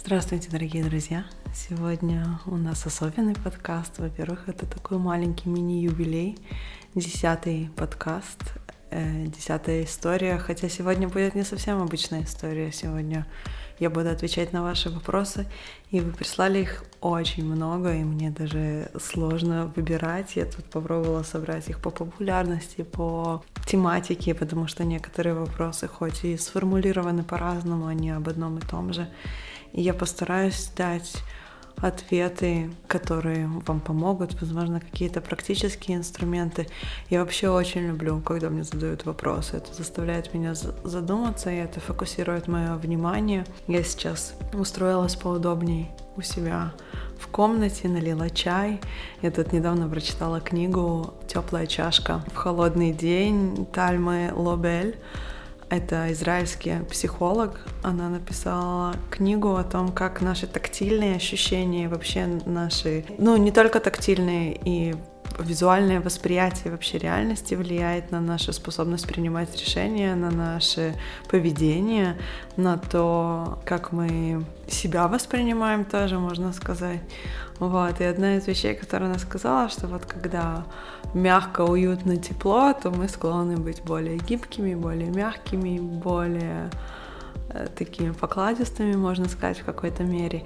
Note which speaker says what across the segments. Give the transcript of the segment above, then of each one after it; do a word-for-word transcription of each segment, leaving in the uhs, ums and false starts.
Speaker 1: Здравствуйте, дорогие друзья! Сегодня у нас особенный подкаст. Во-первых, это такой маленький мини-юбилей, десятый подкаст, э, десятая история. Хотя сегодня будет не совсем обычная история. Сегодня я буду отвечать на ваши вопросы, и вы прислали их очень много, и мне даже сложно выбирать. Я тут попробовала собрать их по популярности, по тематике, потому что некоторые вопросы, хоть и сформулированы по-разному, они об одном и том же. И я постараюсь дать ответы, которые вам помогут, возможно, какие-то практические инструменты. Я вообще очень люблю, когда мне задают вопросы. Это заставляет меня задуматься, и это фокусирует мое внимание. Я сейчас устроилась поудобней у себя в комнате, налила чай. Я тут недавно прочитала книгу «Теплая чашка в холодный день» Тальмы Лобель. Это израильский психолог. Она написала книгу о том, как наши тактильные ощущения, вообще наши, ну, не только тактильные, и визуальное восприятие вообще реальности влияет на нашу способность принимать решения, на наше поведение, на то, как мы себя воспринимаем тоже, можно сказать. Вот. И одна из вещей, которую она сказала, что вот когда мягко, уютно, тепло, то мы склонны быть более гибкими, более мягкими, более э, такими покладистыми, можно сказать, в какой-то мере.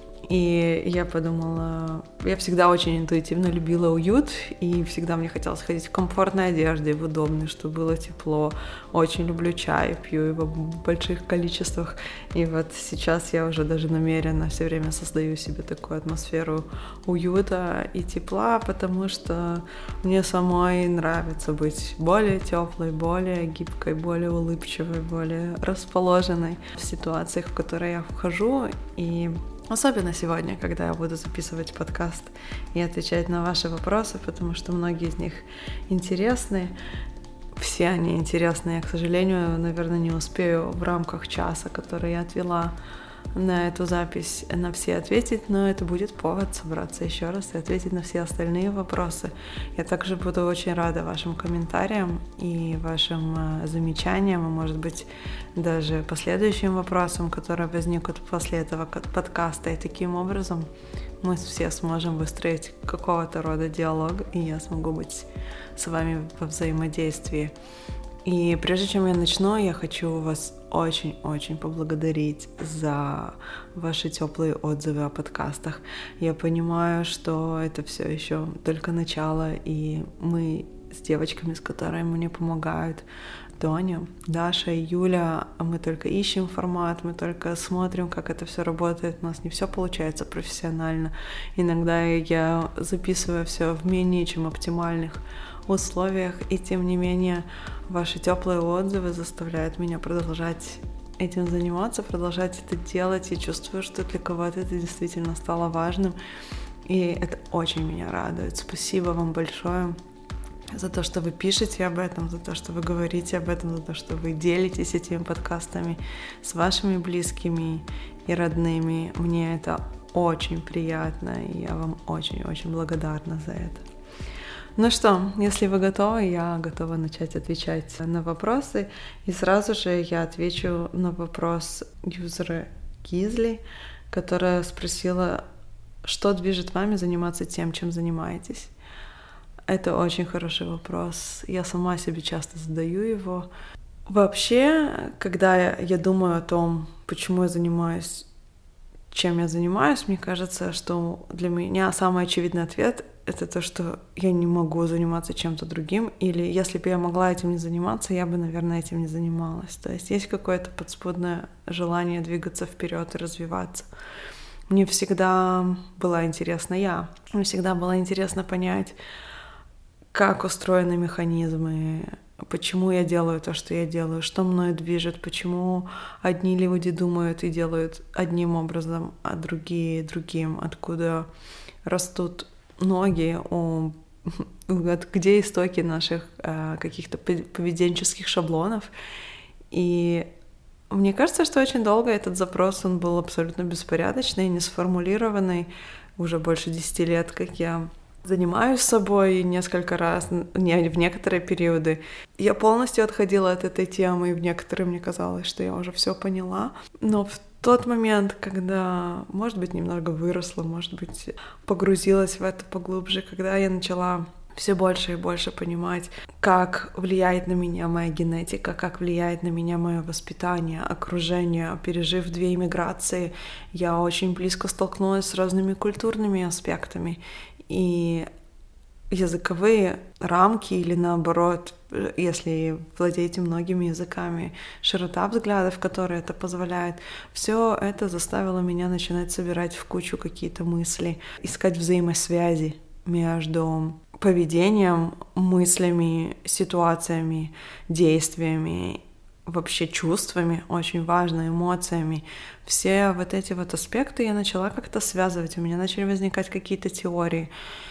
Speaker 1: И я подумала, я всегда очень интуитивно любила уют, и всегда мне хотелось ходить в комфортной одежде, в удобной, чтобы было тепло. Очень люблю чай, пью его в больших количествах. И вот сейчас я уже даже намеренно все время создаю себе такую атмосферу уюта и тепла, потому что мне самой нравится быть более теплой, более гибкой, более улыбчивой, более расположенной в ситуациях, в которые я вхожу. И особенно сегодня, когда я буду записывать подкаст и отвечать на ваши вопросы, потому что многие из них интересны. Все они интересны. Я, к сожалению, наверное, не успею в рамках часа, который я отвела на эту запись, на все ответить, но это будет повод собраться еще раз и ответить на все остальные вопросы. Я также буду очень рада вашим комментариям и вашим замечаниям, и, может быть, даже последующим вопросам, которые возникнут после этого подкаста. И таким образом мы все сможем выстроить какого-то рода диалог, и я смогу быть с вами во взаимодействии. И прежде чем я начну, я хочу вас очень-очень поблагодарить за ваши теплые отзывы о подкастах. Я понимаю, что это все еще только начало, и мы с девочками, с которыми мне помогают, Тоня, Даша и Юля, мы только ищем формат, мы только смотрим, как это все работает. У нас не все получается профессионально. Иногда я записываю все в менее чем оптимальных условиях, и тем не менее ваши теплые отзывы заставляют меня продолжать этим заниматься, продолжать это делать. И чувствую, что для кого-то это действительно стало важным, и это очень меня радует. Спасибо вам большое за то, что вы пишете об этом, за то, что вы говорите об этом, за то, что вы делитесь этими подкастами с вашими близкими и родными. Мне это очень приятно, и я вам очень-очень благодарна за это. Ну что, если вы готовы, я готова начать отвечать на вопросы. И сразу же я отвечу на вопрос юзера Гизли, которая спросила, что движет вами заниматься тем, чем занимаетесь. Это очень хороший вопрос. Я сама себе часто задаю его. Вообще, когда я думаю о том, почему я занимаюсь, чем я занимаюсь, мне кажется, что для меня самый очевидный ответ — это то, что я не могу заниматься чем-то другим, или если бы я могла этим не заниматься, я бы, наверное, этим не занималась. То есть есть какое-то подспудное желание двигаться вперед и развиваться. Мне всегда была интересна я. Мне всегда было интересно понять, как устроены механизмы, почему я делаю то, что я делаю, что мною движет, почему одни люди думают и делают одним образом, а другие другим, откуда растут ноги, у, где истоки наших э, каких-то поведенческих шаблонов. И мне кажется, что очень долго этот запрос, он был абсолютно беспорядочный, не сформулированный. Уже больше десяти лет, как я занимаюсь собой несколько раз, не, в некоторые периоды. Я полностью отходила от этой темы, и в некоторые мне казалось, что я уже все поняла. Но в тот момент, когда, может быть, немного выросла, может быть, погрузилась в это поглубже, когда я начала все больше и больше понимать, как влияет на меня моя генетика, как влияет на меня мое воспитание, окружение. Пережив две иммиграции, я очень близко столкнулась с разными культурными аспектами. И языковые рамки или наоборот, если владеете многими языками, широта взглядов, которые это позволяет, все это заставило меня начинать собирать в кучу какие-то мысли, искать взаимосвязи между поведением, мыслями, ситуациями, действиями, вообще чувствами, очень важно, эмоциями. Все вот эти вот аспекты я начала как-то связывать, у меня начали возникать какие-то теории,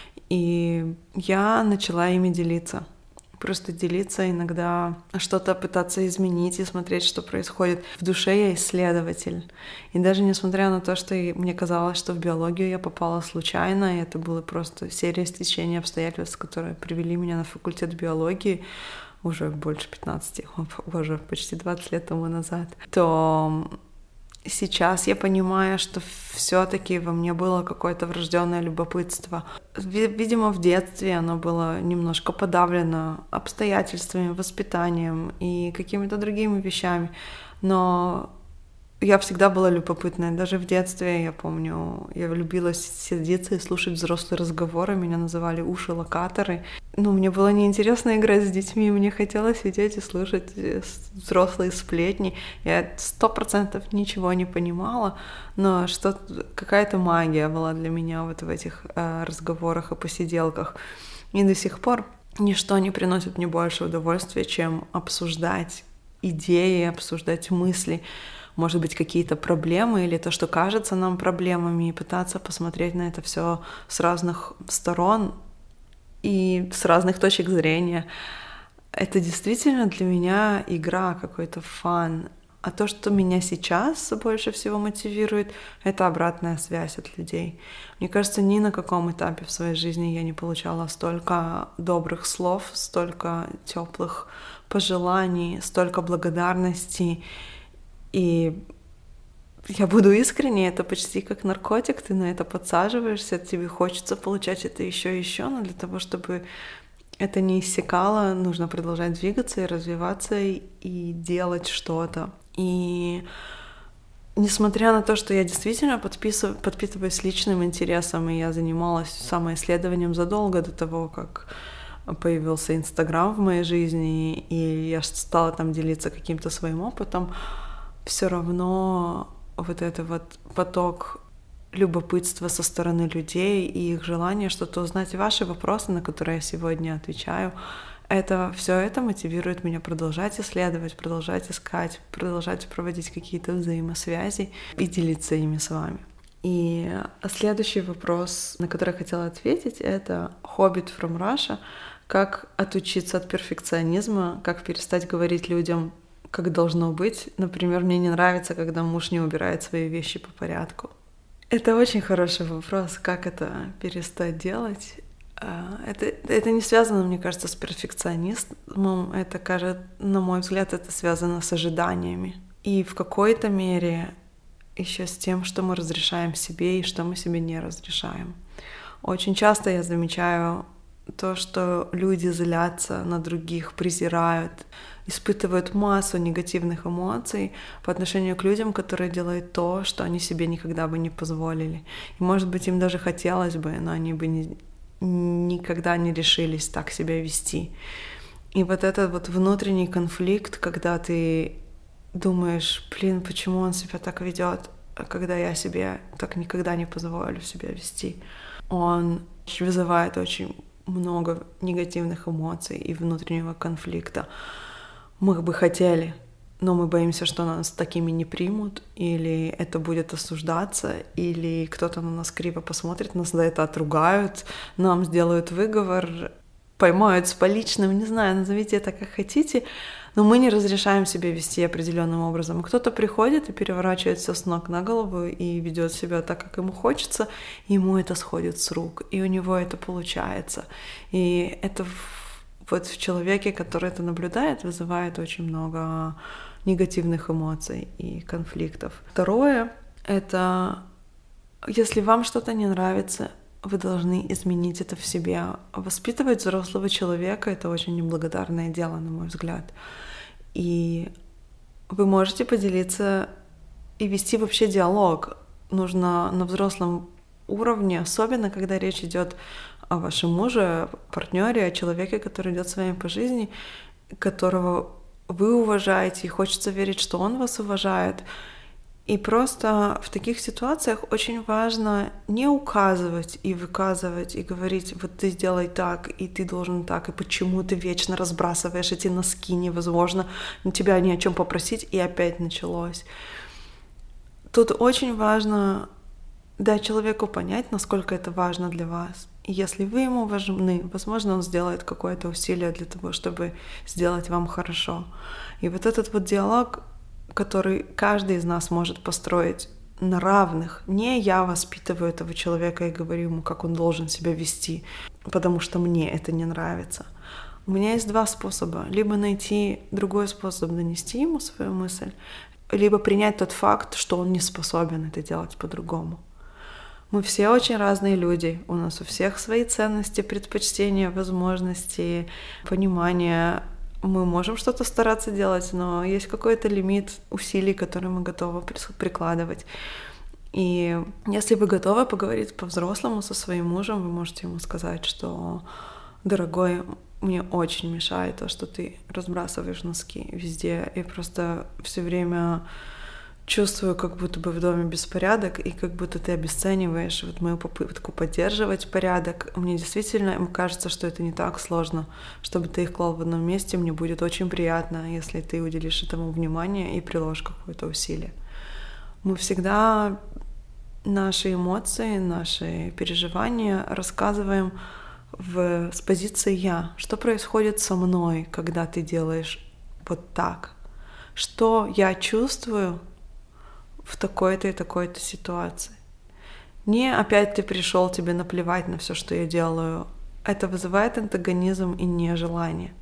Speaker 1: и я начала ими делиться. Просто делиться, иногда что-то пытаться изменить и смотреть, что происходит. В душе я исследователь. И даже несмотря на то, что мне казалось, что в биологию я попала случайно, и это была просто серия стечения обстоятельств, которые привели меня на факультет биологии уже больше пятнадцати, уже почти двадцать лет тому назад, то сейчас я понимаю, что все-таки во мне было какое-то врожденное любопытство. Видимо, в детстве оно было немножко подавлено обстоятельствами, воспитанием и какими-то другими вещами. Но я всегда была любопытная. Даже в детстве, я помню, я любила сидеться и слушать взрослые разговоры. Меня называли уши-локаторы. Ну, мне было неинтересно играть с детьми, мне хотелось сидеть и слушать взрослые сплетни. Я сто процентов ничего не понимала, но что какая-то магия была для меня вот в этих э, разговорах и посиделках. И до сих пор ничто не приносит мне больше удовольствия, чем обсуждать идеи, обсуждать мысли, может быть, какие-то проблемы или то, что кажется нам проблемами, и пытаться посмотреть на это все с разных сторон и с разных точек зрения. Это действительно для меня игра, какой-то фан. А то, что меня сейчас больше всего мотивирует, это обратная связь от людей. Мне кажется, ни на каком этапе в своей жизни я не получала столько добрых слов, столько теплых пожеланий, столько благодарности. И я буду искренне, это почти как наркотик, ты на это подсаживаешься, тебе хочется получать это еще и еще, но для того, чтобы это не иссякало, нужно продолжать двигаться и развиваться и делать что-то. И несмотря на то, что я действительно подписыв... подпитываюсь личным интересом, и я занималась самоисследованием задолго до того, как появился Инстаграм в моей жизни, и я стала там делиться каким-то своим опытом, все равно вот это вот поток любопытства со стороны людей и их желание что-то узнать, ваши вопросы, на которые я сегодня отвечаю, это все это мотивирует меня продолжать исследовать, продолжать искать, продолжать проводить какие-то взаимосвязи и делиться ими с вами. И следующий вопрос, на который я хотела ответить, это Hobbit from Russia. Как отучиться от перфекционизма, как перестать говорить людям, как должно быть. Например, мне не нравится, когда муж не убирает свои вещи по порядку. Это очень хороший вопрос, как это перестать делать. Это, это не связано, мне кажется, с перфекционизмом. Это, кажется, на мой взгляд, это связано с ожиданиями. И в какой-то мере еще с тем, что мы разрешаем себе и что мы себе не разрешаем. Очень часто я замечаю то, что люди злятся на других, презирают, испытывают массу негативных эмоций по отношению к людям, которые делают то, что они себе никогда бы не позволили. И, может быть, им даже хотелось бы, но они бы не, никогда не решились так себя вести. И вот этот вот внутренний конфликт, когда ты думаешь, блин, почему он себя так ведет, когда я себе так никогда не позволю себя вести, он вызывает очень много негативных эмоций и внутреннего конфликта. Мы бы хотели, но мы боимся, что нас такими не примут, или это будет осуждаться, или кто-то на нас криво посмотрит, нас за это отругают, нам сделают выговор, поймают с поличным, не знаю, назовите это как хотите, но мы не разрешаем себе вести определенным образом. Кто-то приходит и переворачивает все с ног на голову и ведет себя так, как ему хочется, и ему это сходит с рук, и у него это получается. И это вот в человеке, который это наблюдает, вызывает очень много негативных эмоций и конфликтов. Второе — это если вам что-то не нравится, вы должны изменить это в себе. Воспитывать взрослого человека — это очень неблагодарное дело, на мой взгляд. И вы можете поделиться и вести вообще диалог. Нужно на взрослом уровне, особенно когда речь идет о вашем муже, партнере, о человеке, который идет с вами по жизни, которого вы уважаете, и хочется верить, что он вас уважает. И просто в таких ситуациях очень важно не указывать и выказывать, и говорить: вот ты сделай так, и ты должен так, и почему ты вечно разбрасываешь эти носки, невозможно тебя ни о чем попросить, и опять началось. Тут очень важно дать человеку понять, насколько это важно для вас. И если вы ему важны, возможно, он сделает какое-то усилие для того, чтобы сделать вам хорошо. И вот этот вот диалог, который каждый из нас может построить на равных. Не я воспитываю этого человека и говорю ему, как он должен себя вести, потому что мне это не нравится. У меня есть два способа. Либо найти другой способ донести ему свою мысль, либо принять тот факт, что он не способен это делать по-другому. Мы все очень разные люди. У нас у всех свои ценности, предпочтения, возможности, понимания. Мы можем что-то стараться делать, но есть какой-то лимит усилий, которые мы готовы прикладывать. И если вы готовы поговорить по-взрослому со своим мужем, вы можете ему сказать, что: дорогой, мне очень мешает то, что ты разбрасываешь носки везде. И просто все время чувствую, как будто бы в доме беспорядок, и как будто ты обесцениваешь вот мою попытку поддерживать порядок. Мне действительно кажется, что это не так сложно, чтобы ты их клал в одном месте. Мне будет очень приятно, если ты уделишь этому внимание и приложишь какое-то усилие. Мы всегда наши эмоции, наши переживания рассказываем в, с позиции «я». Что происходит со мной, когда ты делаешь вот так? Что я чувствую в такой-то и такой-то ситуации? Не опять ты пришел, тебе наплевать на все, что я делаю. Это вызывает антагонизм и нежелание.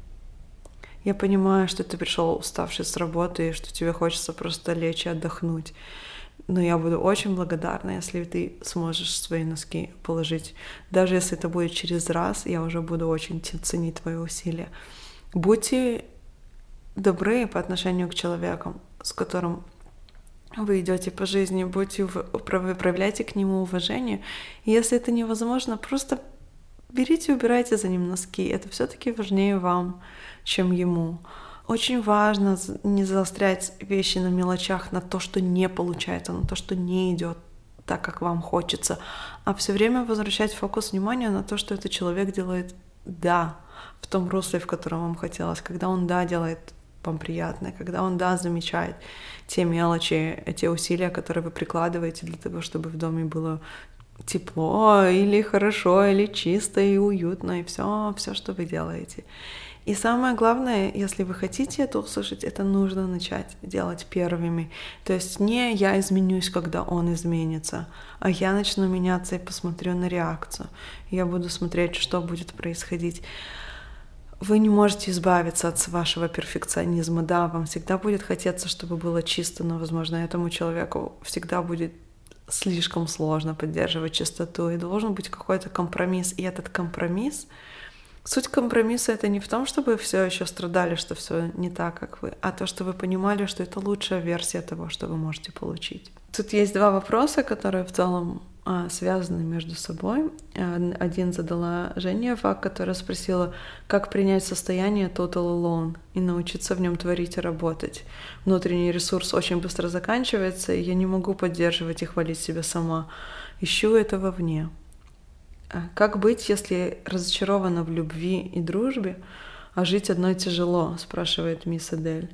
Speaker 1: Я понимаю, что ты пришел уставший с работы, и что тебе хочется просто лечь и отдохнуть. Но я буду очень благодарна, если ты сможешь свои носки положить. Даже если это будет через раз, я уже буду очень ценить твои усилия. Будьте добры по отношению к человеку, с которым вы идете по жизни, будьте, проявляйте к нему уважение. И если это невозможно, просто берите и убирайте за ним носки. Это все-таки важнее вам, чем ему. Очень важно не заострять вещи на мелочах, на то, что не получается, на то, что не идет так, как вам хочется, а все время возвращать фокус внимания на то, что этот человек делает «да» в том русле, в котором вам хотелось, когда он «да» делает вам приятно, когда он «да» замечает те мелочи, те усилия, которые вы прикладываете для того, чтобы в доме было тепло, или хорошо, или чисто, и уютно, и все, все, что вы делаете. И самое главное, если вы хотите это услышать, это нужно начать делать первыми. То есть не я изменюсь, когда он изменится, а я начну меняться и посмотрю на реакцию. Я буду смотреть, что будет происходить. Вы не можете избавиться от вашего перфекционизма. Да, вам всегда будет хотеться, чтобы было чисто, но, возможно, этому человеку всегда будет слишком сложно поддерживать чистоту, и должен быть какой-то компромисс. И этот компромисс, суть компромисса — это не в том, чтобы вы все еще страдали, что все не так, как вы, а то, что вы понимали, что это лучшая версия того, что вы можете получить. Тут есть два вопроса, которые в целом а, связаны между собой. Один задала Женева, которая спросила, как принять состояние total alone и научиться в нем творить и работать. Внутренний ресурс очень быстро заканчивается, и я не могу поддерживать и хвалить себя сама. Ищу это вовне. Как быть, если разочарована в любви и дружбе, а жить одной тяжело, спрашивает мисс Адель.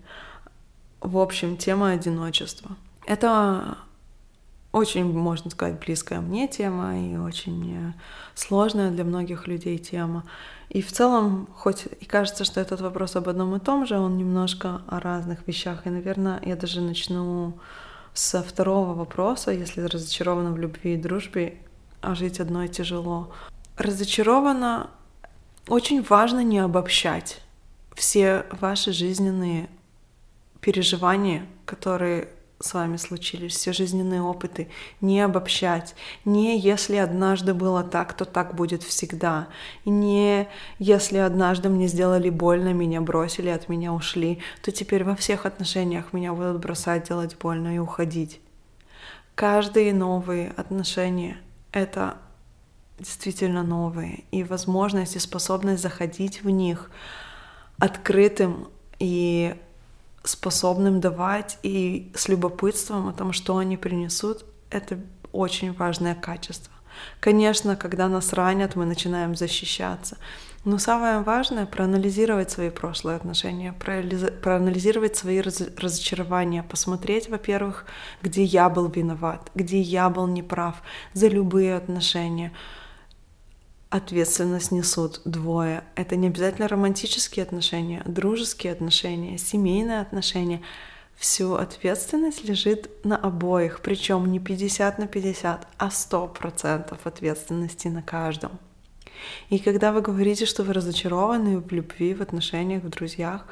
Speaker 1: В общем, тема одиночества. Это очень, можно сказать, близкая мне тема и очень сложная для многих людей тема. И в целом, хоть и кажется, что этот вопрос об одном и том же, он немножко о разных вещах. И, наверное, я даже начну со второго вопроса, если разочарована в любви и дружбе, а жить одной тяжело. Разочарована, очень важно не обобщать все ваши жизненные переживания, которые с вами случились, все жизненные опыты, не обобщать, не если однажды было так, то так будет всегда, и не если однажды мне сделали больно, меня бросили, от меня ушли, то теперь во всех отношениях меня будут бросать, делать больно и уходить. Каждые новые отношения — это действительно новые, и возможность и способность заходить в них открытым и способным давать и с любопытством о том, что они принесут, это очень важное качество. Конечно, когда нас ранят, мы начинаем защищаться. Но самое важное — проанализировать свои прошлые отношения, проанализировать свои разочарования, посмотреть, во-первых, где я был виноват, где я был неправ за любые отношения. Ответственность несут двое. Это не обязательно романтические отношения, дружеские отношения, семейные отношения. Всю ответственность лежит на обоих, причем не пятьдесят на пятьдесят, а сто процентов ответственности на каждом. И когда вы говорите, что вы разочарованы в любви, в отношениях, в друзьях,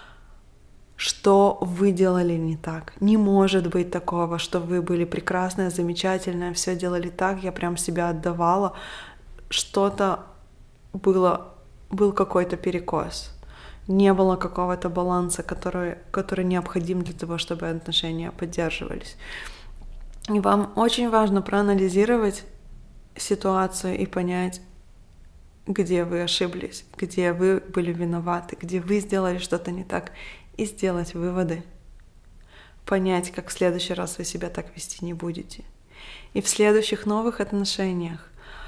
Speaker 1: что вы делали не так? Не может быть такого, что вы были прекрасная, замечательная, все делали так, я прям себя отдавала. Что-то было, был какой-то перекос. Не было какого-то баланса, который, который необходим для того, чтобы отношения поддерживались. И вам очень важно проанализировать ситуацию и понять, где вы ошиблись, где вы были виноваты, где вы сделали что-то не так, и сделать выводы. Понять, как в следующий раз вы себя так вести не будете. И в следующих новых отношениях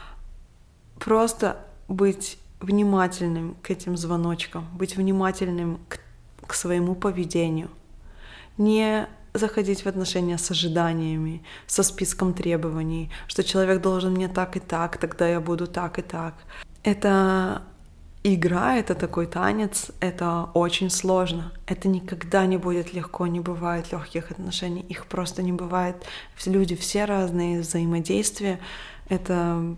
Speaker 1: просто быть внимательным к этим звоночкам, быть внимательным к, к своему поведению. Не заходить в отношения с ожиданиями, со списком требований, что человек должен мне так и так, тогда я буду так и так. Это игра, это такой танец, это очень сложно. Это никогда не будет легко, не бывает легких отношений, их просто не бывает. Люди все разные, взаимодействие — это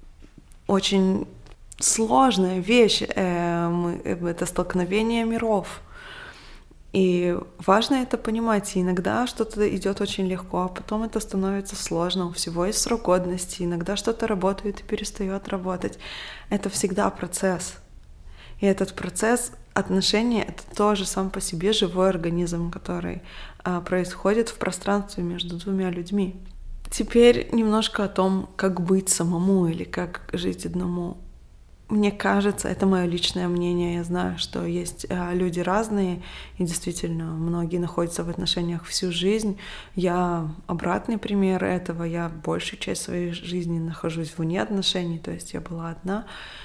Speaker 1: очень сложная вещь, это столкновение миров. И важно это понимать. И иногда что-то идет очень легко, а потом это становится сложно. У всего есть срок годности. Иногда что-то работает и перестает работать. Это всегда процесс. И этот процесс отношений — это тоже сам по себе живой организм, который а, происходит в пространстве между двумя людьми. Теперь немножко о том, как быть самому или как жить одному. Мне кажется, это мое личное мнение, я знаю, что есть люди разные, и действительно многие находятся в отношениях всю жизнь. Я обратный пример этого, я большую часть своей жизни нахожусь вне отношений, то есть я была одна.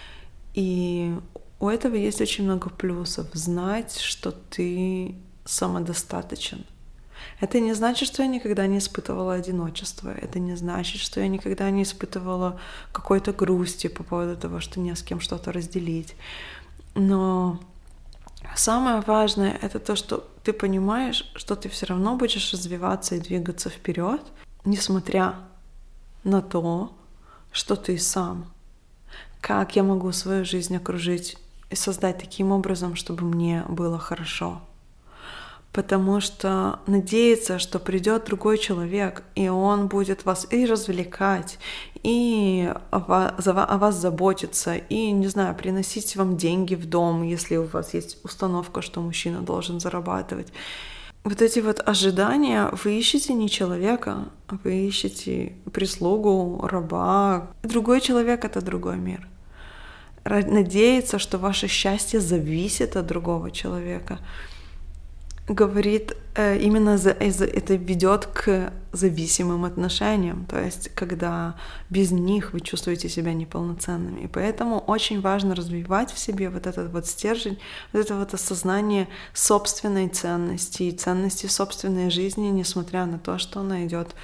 Speaker 1: И у этого есть очень много плюсов. Знать, что ты самодостаточен. Это не значит, что я никогда не испытывала одиночество. Это не значит, что я никогда не испытывала какой-то грусти по поводу того, что не с кем что-то разделить. Но самое важное — это то, что ты понимаешь, что ты все равно будешь развиваться и двигаться вперед, несмотря на то, что ты сам. Как я могу свою жизнь окружить и создать таким образом, чтобы мне было хорошо? Потому что надеяться, что придет другой человек, и он будет вас и развлекать, и о вас, о вас заботиться, и, не знаю, приносить вам деньги в дом, если у вас есть установка, что мужчина должен зарабатывать. Вот эти вот ожидания, вы ищете не человека, вы ищете прислугу, раба. Другой человек — это другой мир. Надеяться, что ваше счастье зависит от другого человека, говорит, э, именно за, за, это ведет к зависимым отношениям, то есть когда без них вы чувствуете себя неполноценными. И поэтому очень важно развивать в себе вот этот вот стержень, вот это вот осознание собственной ценности и ценности собственной жизни, несмотря на то, что она идет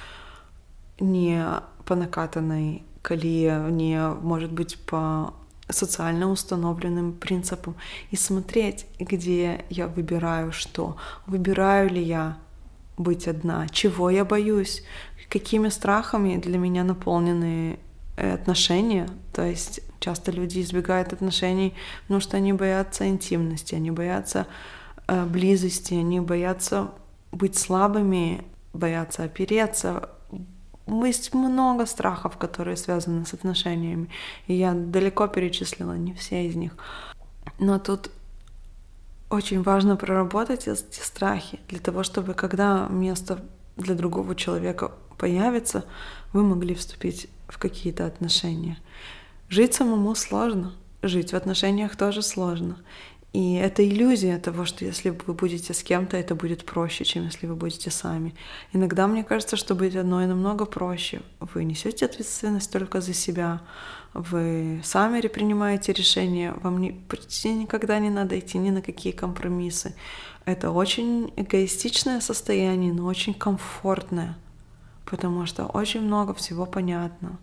Speaker 1: не по накатанной колее, не, может быть, по социально установленным принципам, и смотреть, где я выбираю что. Выбираю ли я быть одна? Чего я боюсь? Какими страхами для меня наполнены отношения? То есть часто люди избегают отношений, потому что они боятся интимности, они боятся э, близости, они боятся быть слабыми, боятся опереться. Есть много страхов, которые связаны с отношениями, и я далеко перечислила не все из них. Но тут очень важно проработать эти страхи для того, чтобы когда место для другого человека появится, вы могли вступить в какие-то отношения. Жить самому сложно, жить в отношениях тоже сложно. И это иллюзия того, что если вы будете с кем-то, это будет проще, чем если вы будете сами. Иногда мне кажется, что быть одной намного проще. Вы несете ответственность только за себя, вы сами принимаете решения, вам не, почти никогда не надо идти ни на какие компромиссы. Это очень эгоистичное состояние, но очень комфортное, потому что очень много всего понятно.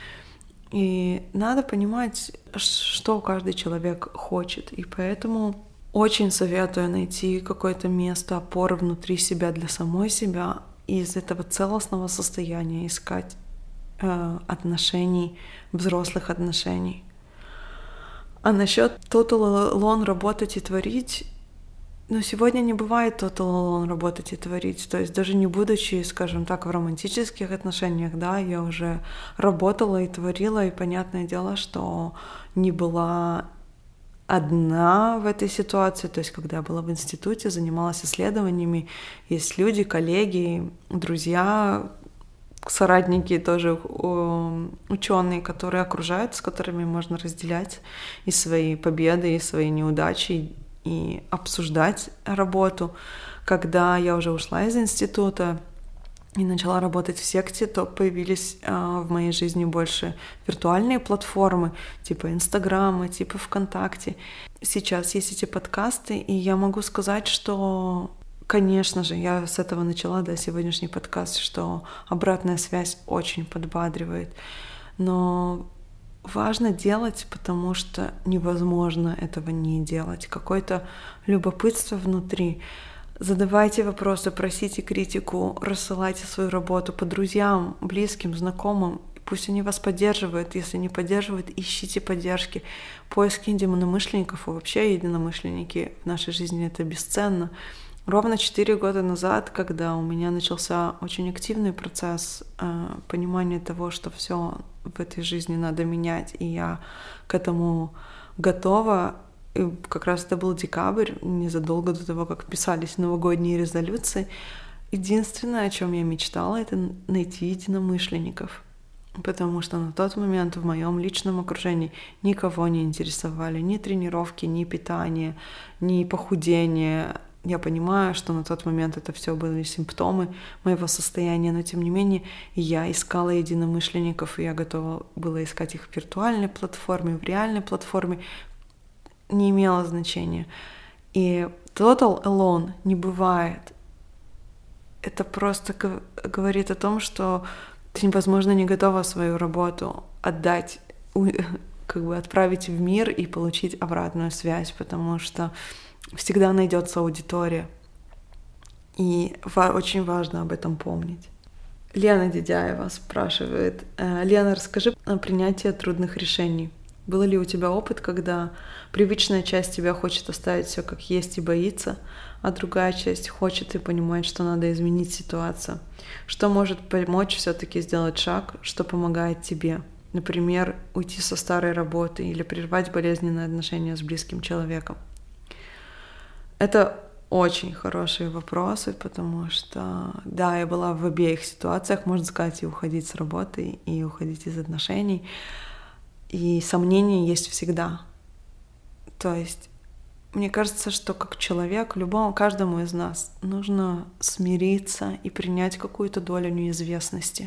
Speaker 1: И надо понимать, что каждый человек хочет. И поэтому очень советую найти какое-то место опоры внутри себя для самой себя и из этого целостного состояния искать э, отношений, взрослых отношений. А насчет total alone работать и творить, но сегодня не бывает total alone работать и творить. То есть даже не будучи, скажем так, в романтических отношениях, да, я уже работала и творила, и понятное дело, что не была одна в этой ситуации. То есть когда я была в институте, занималась исследованиями, есть люди, коллеги, друзья, соратники тоже ученые, которые окружают, с которыми можно разделять и свои победы, и свои неудачи, и обсуждать работу. Когда я уже ушла из института и начала работать в секте, то появились э, в моей жизни больше виртуальные платформы, типа Инстаграма, типа ВКонтакте. Сейчас есть эти подкасты, и я могу сказать, что, конечно же, я с этого начала, да, сегодняшний подкаст, что обратная связь очень подбадривает. Но важно делать, потому что невозможно этого не делать. Какое-то любопытство внутри. Задавайте вопросы, просите критику, рассылайте свою работу по друзьям, близким, знакомым. Пусть они вас поддерживают. Если не поддерживают, ищите поддержки. Поиск единомышленников и вообще единомышленники в нашей жизни — это бесценно. Ровно четыре года назад, когда у меня начался очень активный процесс э, понимания того, что все в этой жизни надо менять, и я к этому готова, и как раз это был декабрь, незадолго до того, как писались новогодние резолюции, единственное, о чем я мечтала, это найти единомышленников. Потому что на тот момент в моем личном окружении никого не интересовали ни тренировки, ни питание, ни похудение. Я понимаю, что на тот момент это все были симптомы моего состояния, но тем не менее я искала единомышленников, и я готова была искать их в виртуальной платформе, в реальной платформе. Не имело значения. И total alone не бывает. Это просто говорит о том, что ты, возможно, не готова свою работу отдать, как бы отправить в мир и получить обратную связь, потому что всегда найдется аудитория. И очень важно об этом помнить. Лена Дедяева спрашивает: Лена, расскажи о принятии трудных решений. Был ли у тебя опыт, когда привычная часть тебя хочет оставить все как есть и боится, а другая часть хочет и понимает, что надо изменить ситуацию? Что может помочь все-таки сделать шаг, что помогает тебе? Например, уйти со старой работы или прервать болезненные отношения с близким человеком. Это очень хорошие вопросы, потому что, да, я была в обеих ситуациях, можно сказать, и уходить с работы, и уходить из отношений. И сомнения есть всегда. То есть, мне кажется, что как человек, любому, каждому из нас нужно смириться и принять какую-то долю неизвестности.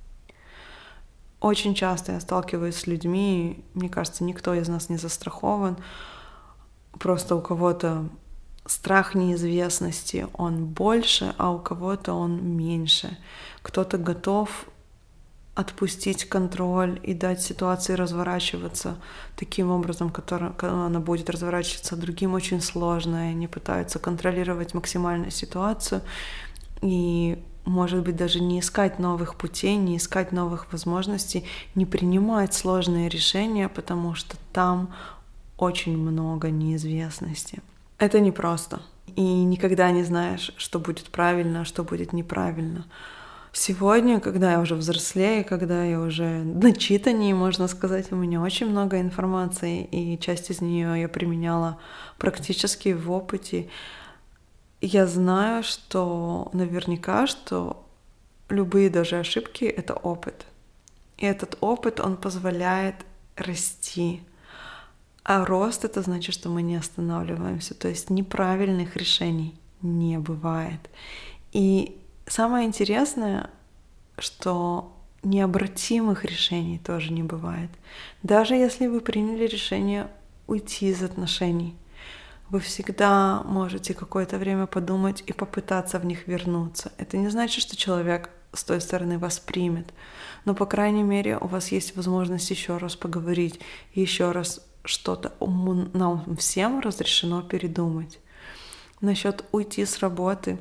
Speaker 1: Очень часто я сталкиваюсь с людьми, мне кажется, никто из нас не застрахован. Просто у кого-то страх неизвестности, он больше, а у кого-то он меньше. Кто-то готов отпустить контроль и дать ситуации разворачиваться таким образом, которым она будет разворачиваться. Другим очень сложно, и они пытаются контролировать максимально ситуацию и, может быть, даже не искать новых путей, не искать новых возможностей, не принимать сложные решения, потому что там очень много неизвестности. Это непросто. и никогда не знаешь, что будет правильно, а что будет неправильно. Сегодня, когда я уже взрослее, когда я уже начитаннее, можно сказать, у меня очень много информации, и часть из нее я применяла практически в опыте. Я знаю, что наверняка, что любые даже ошибки — это опыт. И этот опыт, он позволяет расти. А рост — это значит, что мы не останавливаемся. То есть неправильных решений не бывает. И самое интересное, что необратимых решений тоже не бывает. Даже если вы приняли решение уйти из отношений, вы всегда можете какое-то время подумать и попытаться в них вернуться. Это не значит, что человек с той стороны вас примет, но, по крайней мере, у вас есть возможность еще раз поговорить, еще раз что-то нам всем разрешено передумать. Насчет уйти с работы.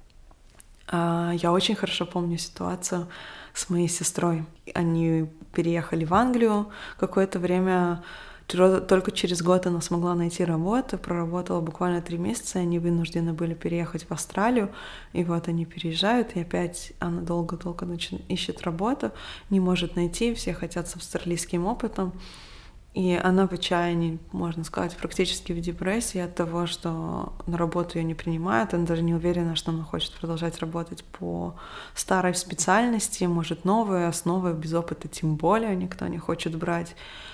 Speaker 1: Я очень хорошо помню ситуацию с моей сестрой. Они переехали в Англию. Какое-то время, только через год она смогла найти работу, проработала буквально три месяца, и они вынуждены были переехать в Австралию. И вот они переезжают, и опять она долго-долго ищет работу, не может найти, все хотят с австралийским опытом. И она в отчаянии, можно сказать, практически в депрессии от того, что на работу ее не принимают. Она даже не уверена, что она хочет продолжать работать по старой специальности, может, новые основы, без опыта тем более никто не хочет брать.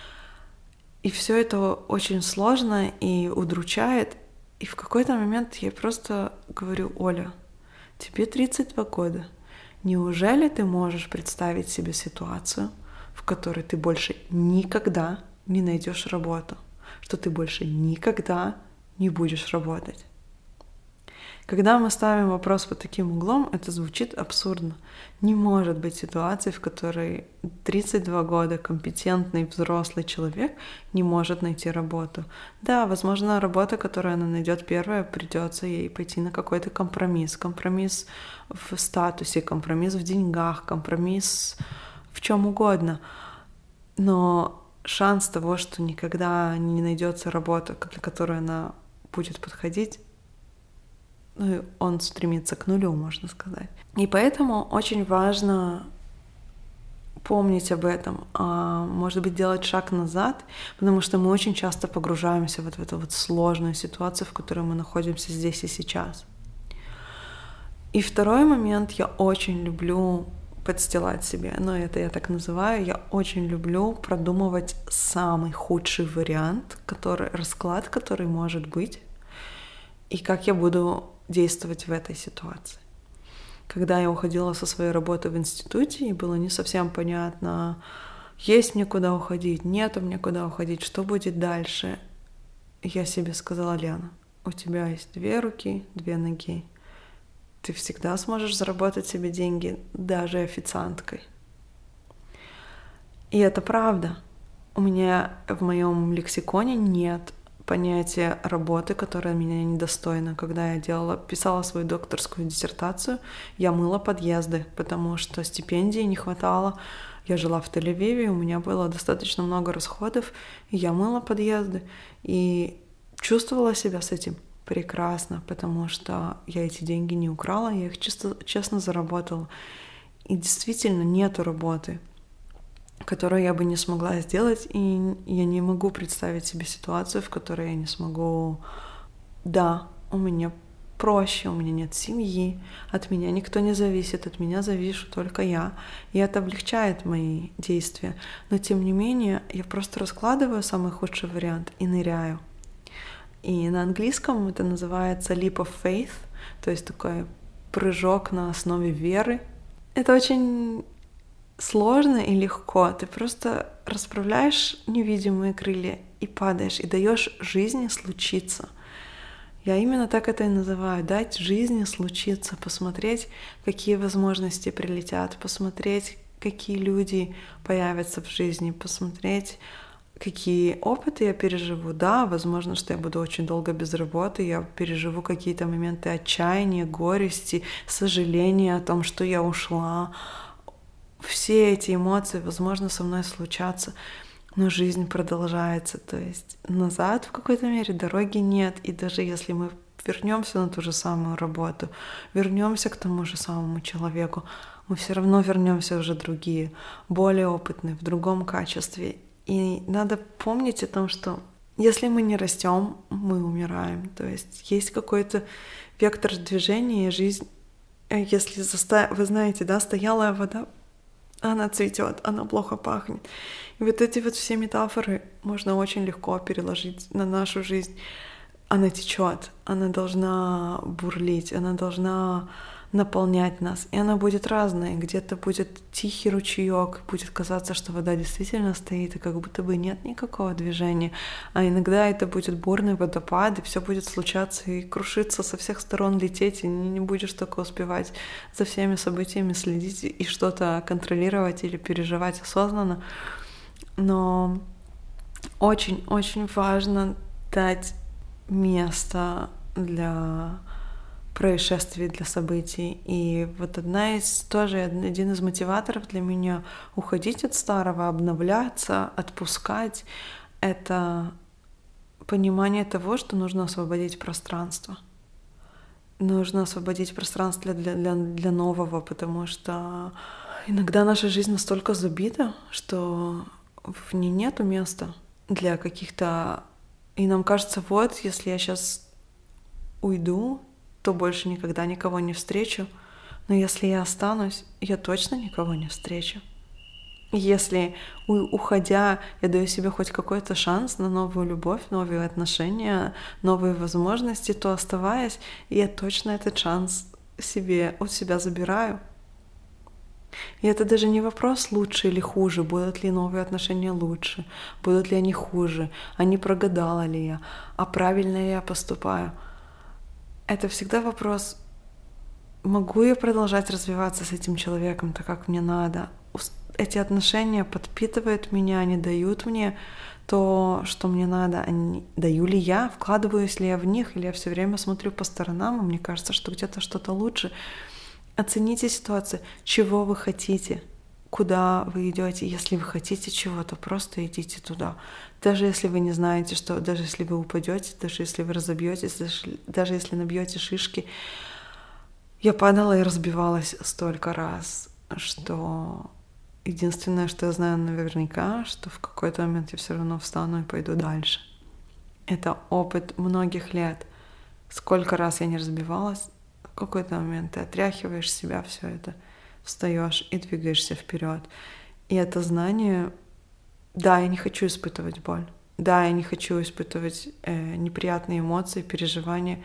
Speaker 1: И все это очень сложно и удручает. И в какой-то момент я просто говорю: Оля, тебе тридцать два года. Неужели ты можешь представить себе ситуацию, в которой ты больше никогда не найдешь работу, что ты больше никогда не будешь работать? Когда мы ставим вопрос под таким углом, это звучит абсурдно. Не может быть ситуации, в которой тридцать два года компетентный взрослый человек не может найти работу. Да, возможно, работа, которую она найдет первая, придется ей пойти на какой-то компромисс. Компромисс в статусе, компромисс в деньгах, компромисс в чем угодно. Но шанс того, что никогда не найдется работа, для которой она будет подходить, ну, он стремится к нулю, можно сказать. И поэтому очень важно помнить об этом, а, может быть, делать шаг назад, потому что мы очень часто погружаемся вот в эту вот сложную ситуацию, в которой мы находимся здесь и сейчас. И второй момент, я очень люблю подстилать себе, но это я так называю, я очень люблю продумывать самый худший вариант, который, расклад, который может быть, и как я буду действовать в этой ситуации. Когда я уходила со своей работы в институте, и было не совсем понятно, есть мне куда уходить, нету мне куда уходить, что будет дальше, я себе сказала: Лена, у тебя есть две руки, две ноги. Ты всегда сможешь заработать себе деньги даже официанткой. И это правда. У меня в моем лексиконе нет понятия работы, которая меня недостойна. Когда я делала, писала свою докторскую диссертацию, я мыла подъезды, потому что стипендии не хватало. Я жила в Тель-Авиве, у меня было достаточно много расходов, и я мыла подъезды. И чувствовала себя с этим прекрасно, потому что я эти деньги не украла, я их чисто, честно заработала. И действительно нету работы, которую я бы не смогла сделать, и я не могу представить себе ситуацию, в которой я не смогу... Да, у меня проще, у меня нет семьи, от меня никто не зависит, от меня завишу только я, и это облегчает мои действия. Но тем не менее, я просто раскладываю самый худший вариант и ныряю. И на английском это называется leap of faith, то есть такой прыжок на основе веры. Это очень сложно и легко. Ты просто расправляешь невидимые крылья и падаешь, и даешь жизни случиться. Я именно так это и называю. Дать жизни случиться, посмотреть, какие возможности прилетят, посмотреть, какие люди появятся в жизни, посмотреть, какие опыты я переживу. Да, возможно, что я буду очень долго без работы, я переживу какие-то моменты отчаяния, горести, сожаления о том, что я ушла. Все эти эмоции, возможно, со мной случатся, но жизнь продолжается. То есть назад в какой-то мере дороги нет. И даже если мы вернемся на ту же самую работу, вернемся к тому же самому человеку, мы все равно вернемся уже другие, более опытные, в другом качестве. И надо помнить о том, что если мы не растем, мы умираем. То есть есть какой-то вектор движения, и жизнь, если заста... вы знаете, да, стоялая вода, она цветет, она плохо пахнет. И вот эти вот все метафоры можно очень легко переложить на нашу жизнь. Она течет, она должна бурлить, она должна наполнять нас. И она будет разная. Где-то будет тихий ручеек, будет казаться, что вода действительно стоит, и как будто бы нет никакого движения. А иногда это будет бурный водопад, и все будет случаться и крушиться со всех сторон, лететь, и не будешь только успевать за всеми событиями следить и что-то контролировать или переживать осознанно. Но очень-очень важно дать место для происшествий, для событий. И вот одна из, тоже один из мотиваторов для меня уходить от старого, обновляться, отпускать, это понимание того, что нужно освободить пространство. Нужно освободить пространство для, для, для нового, потому что иногда наша жизнь настолько забита, что в ней нету места для каких-то... И нам кажется, вот, если я сейчас уйду, то больше никогда никого не встречу. Но если я останусь, я точно никого не встречу. Если, уходя, я даю себе хоть какой-то шанс на новую любовь, новые отношения, новые возможности, то, оставаясь, я точно этот шанс себе от себя забираю. И это даже не вопрос, лучше или хуже, будут ли новые отношения лучше, будут ли они хуже, а не прогадала ли я, а правильно ли я поступаю. Это всегда вопрос, могу я продолжать развиваться с этим человеком так, как мне надо. Эти отношения подпитывают меня, они дают мне то, что мне надо. Они... Даю ли я, вкладываюсь ли я в них, или я все время смотрю по сторонам, и мне кажется, что где-то что-то лучше. Оцените ситуацию, чего вы хотите, куда вы идете. Если вы хотите чего-то, просто идите туда. Даже если вы не знаете, что, даже если вы упадете, даже если вы разобьетесь, даже, даже если набьете шишки. Я падала и разбивалась столько раз, что единственное, что я знаю наверняка, что в какой-то момент я все равно встану и пойду дальше. Это опыт многих лет. Сколько раз я не разбивалась, в какой-то момент ты отряхиваешь себя, все это, встаешь и двигаешься вперед. И это знание, да, я не хочу испытывать боль, да, я не хочу испытывать э, неприятные эмоции, переживания,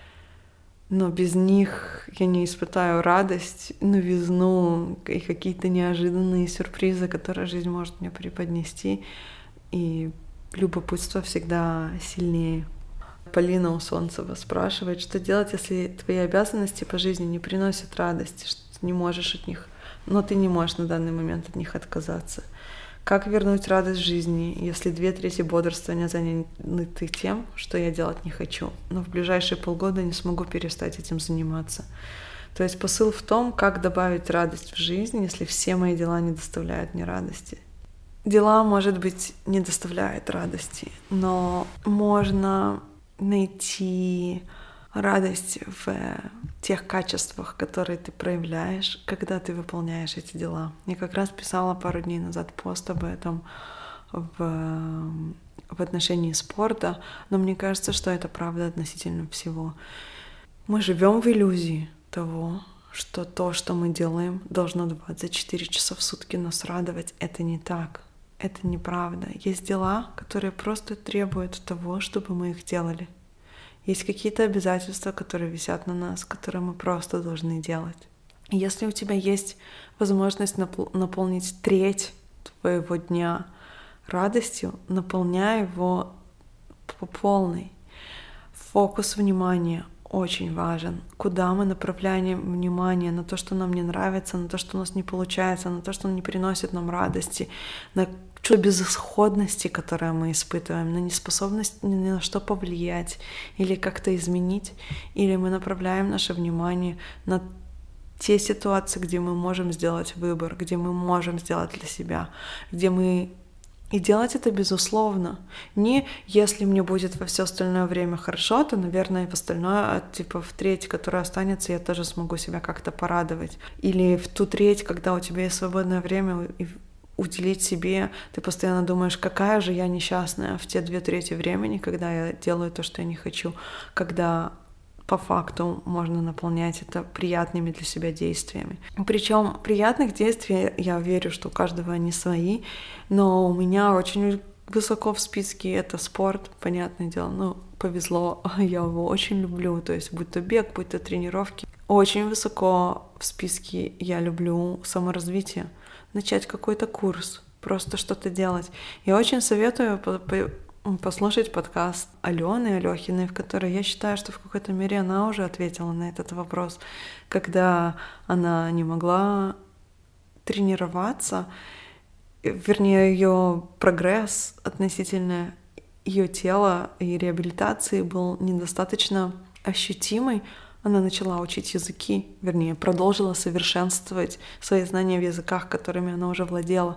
Speaker 1: но без них я не испытаю радость, новизну и какие-то неожиданные сюрпризы, которые жизнь может мне преподнести. И любопытство всегда сильнее. Полина Усонцева спрашивает, что делать, если твои обязанности по жизни не приносят радости, что ты не можешь от них, но ты не можешь на данный момент от них отказаться. Как вернуть радость в жизни, если две трети бодрствования заняты тем, что я делать не хочу, но в ближайшие полгода не смогу перестать этим заниматься? То есть посыл в том, как добавить радость в жизнь, если все мои дела не доставляют мне радости. Дела, может быть, не доставляют радости, но можно найти радость в тех качествах, которые ты проявляешь, когда ты выполняешь эти дела. Я как раз писала пару дней назад пост об этом в, в отношении спорта, но мне кажется, что это правда относительно всего. Мы живем в иллюзии того, что то, что мы делаем, должно двадцать четыре часа в сутки нас радовать. Это не так. Это неправда. Есть дела, которые просто требуют того, чтобы мы их делали. Есть какие-то обязательства, которые висят на нас, которые мы просто должны делать. И если у тебя есть возможность напол- наполнить треть твоего дня радостью, наполняй его по полной. Фокус внимания очень важен. Куда мы направляем внимание? На то, что нам не нравится, на то, что у нас не получается, на то, что не приносит нам радости, на чувство безысходности, которое мы испытываем, на неспособность ни на что повлиять или как-то изменить, или мы направляем наше внимание на те ситуации, где мы можем сделать выбор, где мы можем сделать для себя, где мы И делать это безусловно. Не если мне будет во все остальное время хорошо, то, наверное, в остальное, типа в треть, которая останется, я тоже смогу себя как-то порадовать. Или в ту треть, когда у тебя есть свободное время, и уделить себе, ты постоянно думаешь, какая же я несчастная в те две трети времени, когда я делаю то, что я не хочу, когда по факту можно наполнять это приятными для себя действиями. Причем приятных действий, я верю, что у каждого они свои, но у меня очень высоко в списке это спорт, понятное дело, ну, повезло, я его очень люблю, то есть будь то бег, будь то тренировки. Очень высоко в списке я люблю саморазвитие, начать какой-то курс, просто что-то делать. Я очень советую послушать подкаст Алены Алёхиной, в которой я считаю, что в какой-то мере она уже ответила на этот вопрос, когда она не могла тренироваться, вернее, ее прогресс относительно ее тела и реабилитации был недостаточно ощутимый. Она начала учить языки, вернее, продолжила совершенствовать свои знания в языках, которыми она уже владела.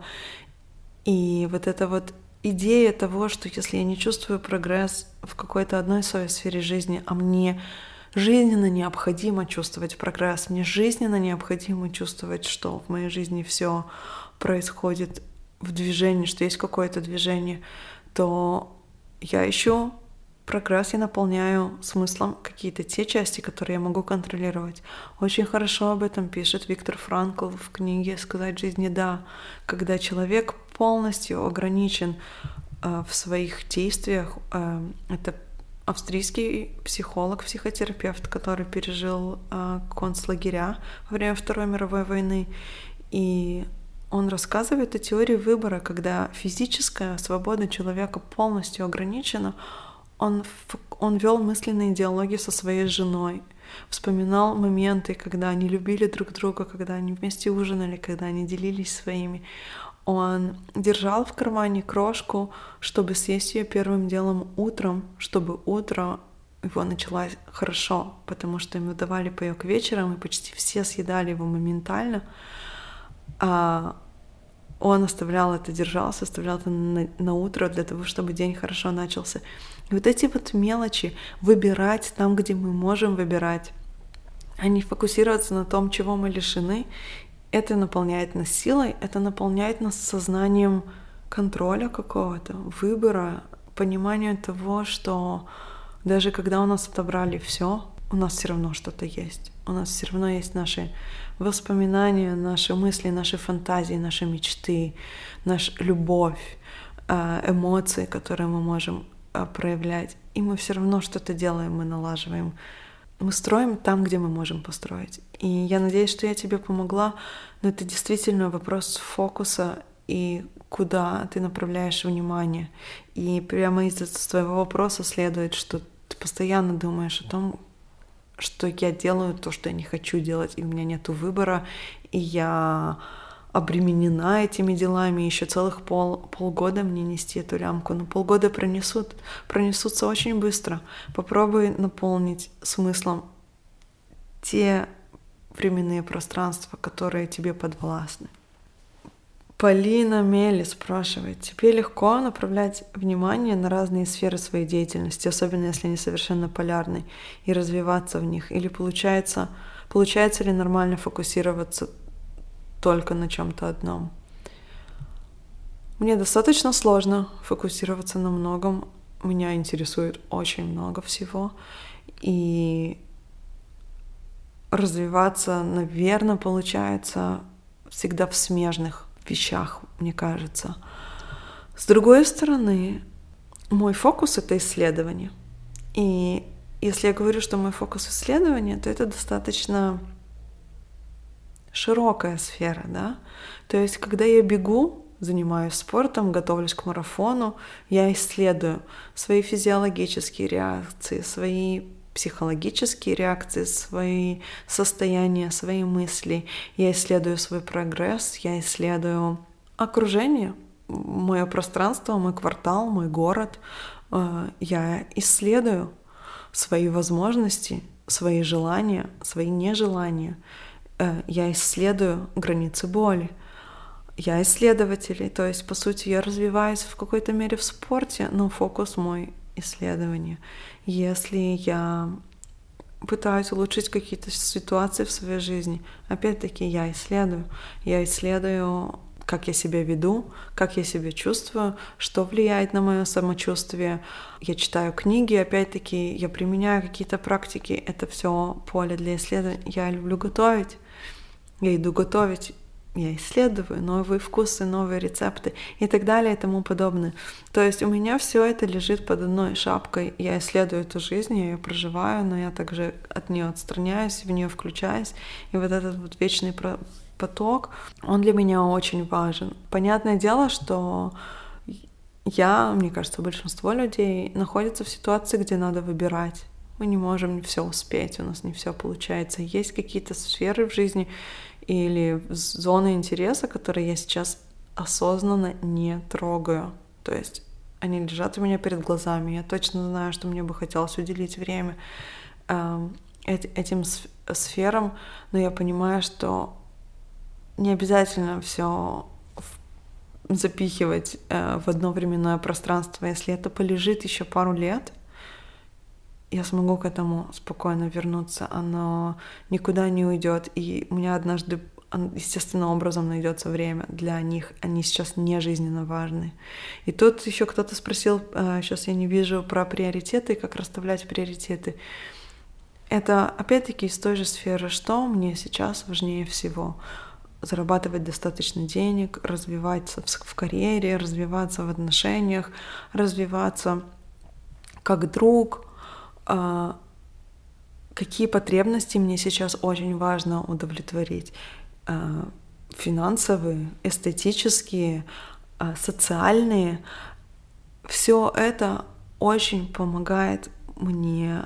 Speaker 1: И вот это вот идея того, что если я не чувствую прогресс в какой-то одной своей сфере жизни, а мне жизненно необходимо чувствовать прогресс, мне жизненно необходимо чувствовать, что в моей жизни все происходит в движении, что есть какое-то движение, то я ищу прогресс, я наполняю смыслом какие-то те части, которые я могу контролировать. Очень хорошо об этом пишет Виктор Франкл в книге «Сказать жизни да», когда человек полностью ограничен э, в своих действиях. Э, это австрийский психолог, психотерапевт, который пережил э, концлагеря во время Второй мировой войны. И он рассказывает о теории выбора, когда физическая свобода человека полностью ограничена. Он, он вел мысленные диалоги со своей женой, вспоминал моменты, когда они любили друг друга, когда они вместе ужинали, когда они делились своими. Он держал в кармане крошку, чтобы съесть ее первым делом утром, чтобы утро его началось хорошо, потому что ему давали паёк вечером, и почти все съедали его моментально. А он оставлял это, держался, оставлял это на, на утро для того, чтобы день хорошо начался. И вот эти вот мелочи, выбирать там, где мы можем выбирать, а не фокусироваться на том, чего мы лишены, это наполняет нас силой, это наполняет нас сознанием контроля какого-то, выбора, понимания того, что даже когда у нас отобрали все, у нас все равно что-то есть. У нас все равно есть наши воспоминания, наши мысли, наши фантазии, наши мечты, наша любовь, эмоции, которые мы можем проявлять. И мы все равно что-то делаем, мы налаживаем. Мы строим там, где мы можем построить. И я надеюсь, что я тебе помогла, но это действительно вопрос фокуса и куда ты направляешь внимание. И прямо из твоего вопроса следует, что ты постоянно думаешь о том, что я делаю то, что я не хочу делать, и у меня нет выбора, и я обременена этими делами, еще целых пол, полгода мне нести эту лямку, но полгода пронесут, пронесутся очень быстро. Попробуй наполнить смыслом те временные пространства, которые тебе подвластны. Полина Мели спрашивает, тебе легко направлять внимание на разные сферы своей деятельности, особенно если они совершенно полярны, и развиваться в них? Или получается, получается ли нормально фокусироваться только на чем-то одном? Мне достаточно сложно фокусироваться на многом. Меня интересует очень много всего. И развиваться, наверное, получается всегда в смежных вещах, мне кажется. С другой стороны, мой фокус — это исследование. И если я говорю, что мой фокус — исследование, то это достаточно широкая сфера, да? То есть, когда я бегу, занимаюсь спортом, готовлюсь к марафону, я исследую свои физиологические реакции, свои психологические реакции, свои состояния, свои мысли. Я исследую свой прогресс, я исследую окружение, мое пространство, мой квартал, мой город. Я исследую свои возможности, свои желания, свои нежелания. Я исследую границы боли. Я исследователь, то есть, по сути, я развиваюсь в какой-то мере в спорте, но фокус мой — исследование. Если я пытаюсь улучшить какие-то ситуации в своей жизни, опять-таки я исследую. Я исследую, как я себя веду, как я себя чувствую, что влияет на мое самочувствие. Я читаю книги, опять-таки я применяю какие-то практики. Это все поле для исследований. Я люблю готовить. Я иду готовить. Я исследую новые вкусы, новые рецепты и так далее и тому подобное. То есть у меня все это лежит под одной шапкой. Я исследую эту жизнь, я ее проживаю, но я также от нее отстраняюсь, в нее включаюсь. И вот этот вот вечный поток, он для меня очень важен. Понятное дело, что я, мне кажется, большинство людей находится в ситуации, где надо выбирать. Мы не можем все успеть, у нас не все получается. Есть какие-то сферы в жизни или зоны интереса, которые я сейчас осознанно не трогаю. То есть они лежат у меня перед глазами. Я точно знаю, что мне бы хотелось уделить время э, этим сферам, но я понимаю, что не обязательно все запихивать э, в одно временное пространство. Если это полежит еще пару лет, я смогу к этому спокойно вернуться, оно никуда не уйдет, и у меня однажды естественным образом найдется время для них, они сейчас не жизненно важны. И тут еще кто-то спросил, сейчас я не вижу, про приоритеты, как расставлять приоритеты. Это опять-таки из той же сферы, что мне сейчас важнее всего. Зарабатывать достаточно денег, развиваться в карьере, развиваться в отношениях, развиваться как друг. Какие потребности мне сейчас очень важно удовлетворить. Финансовые, эстетические, социальные. Все это очень помогает мне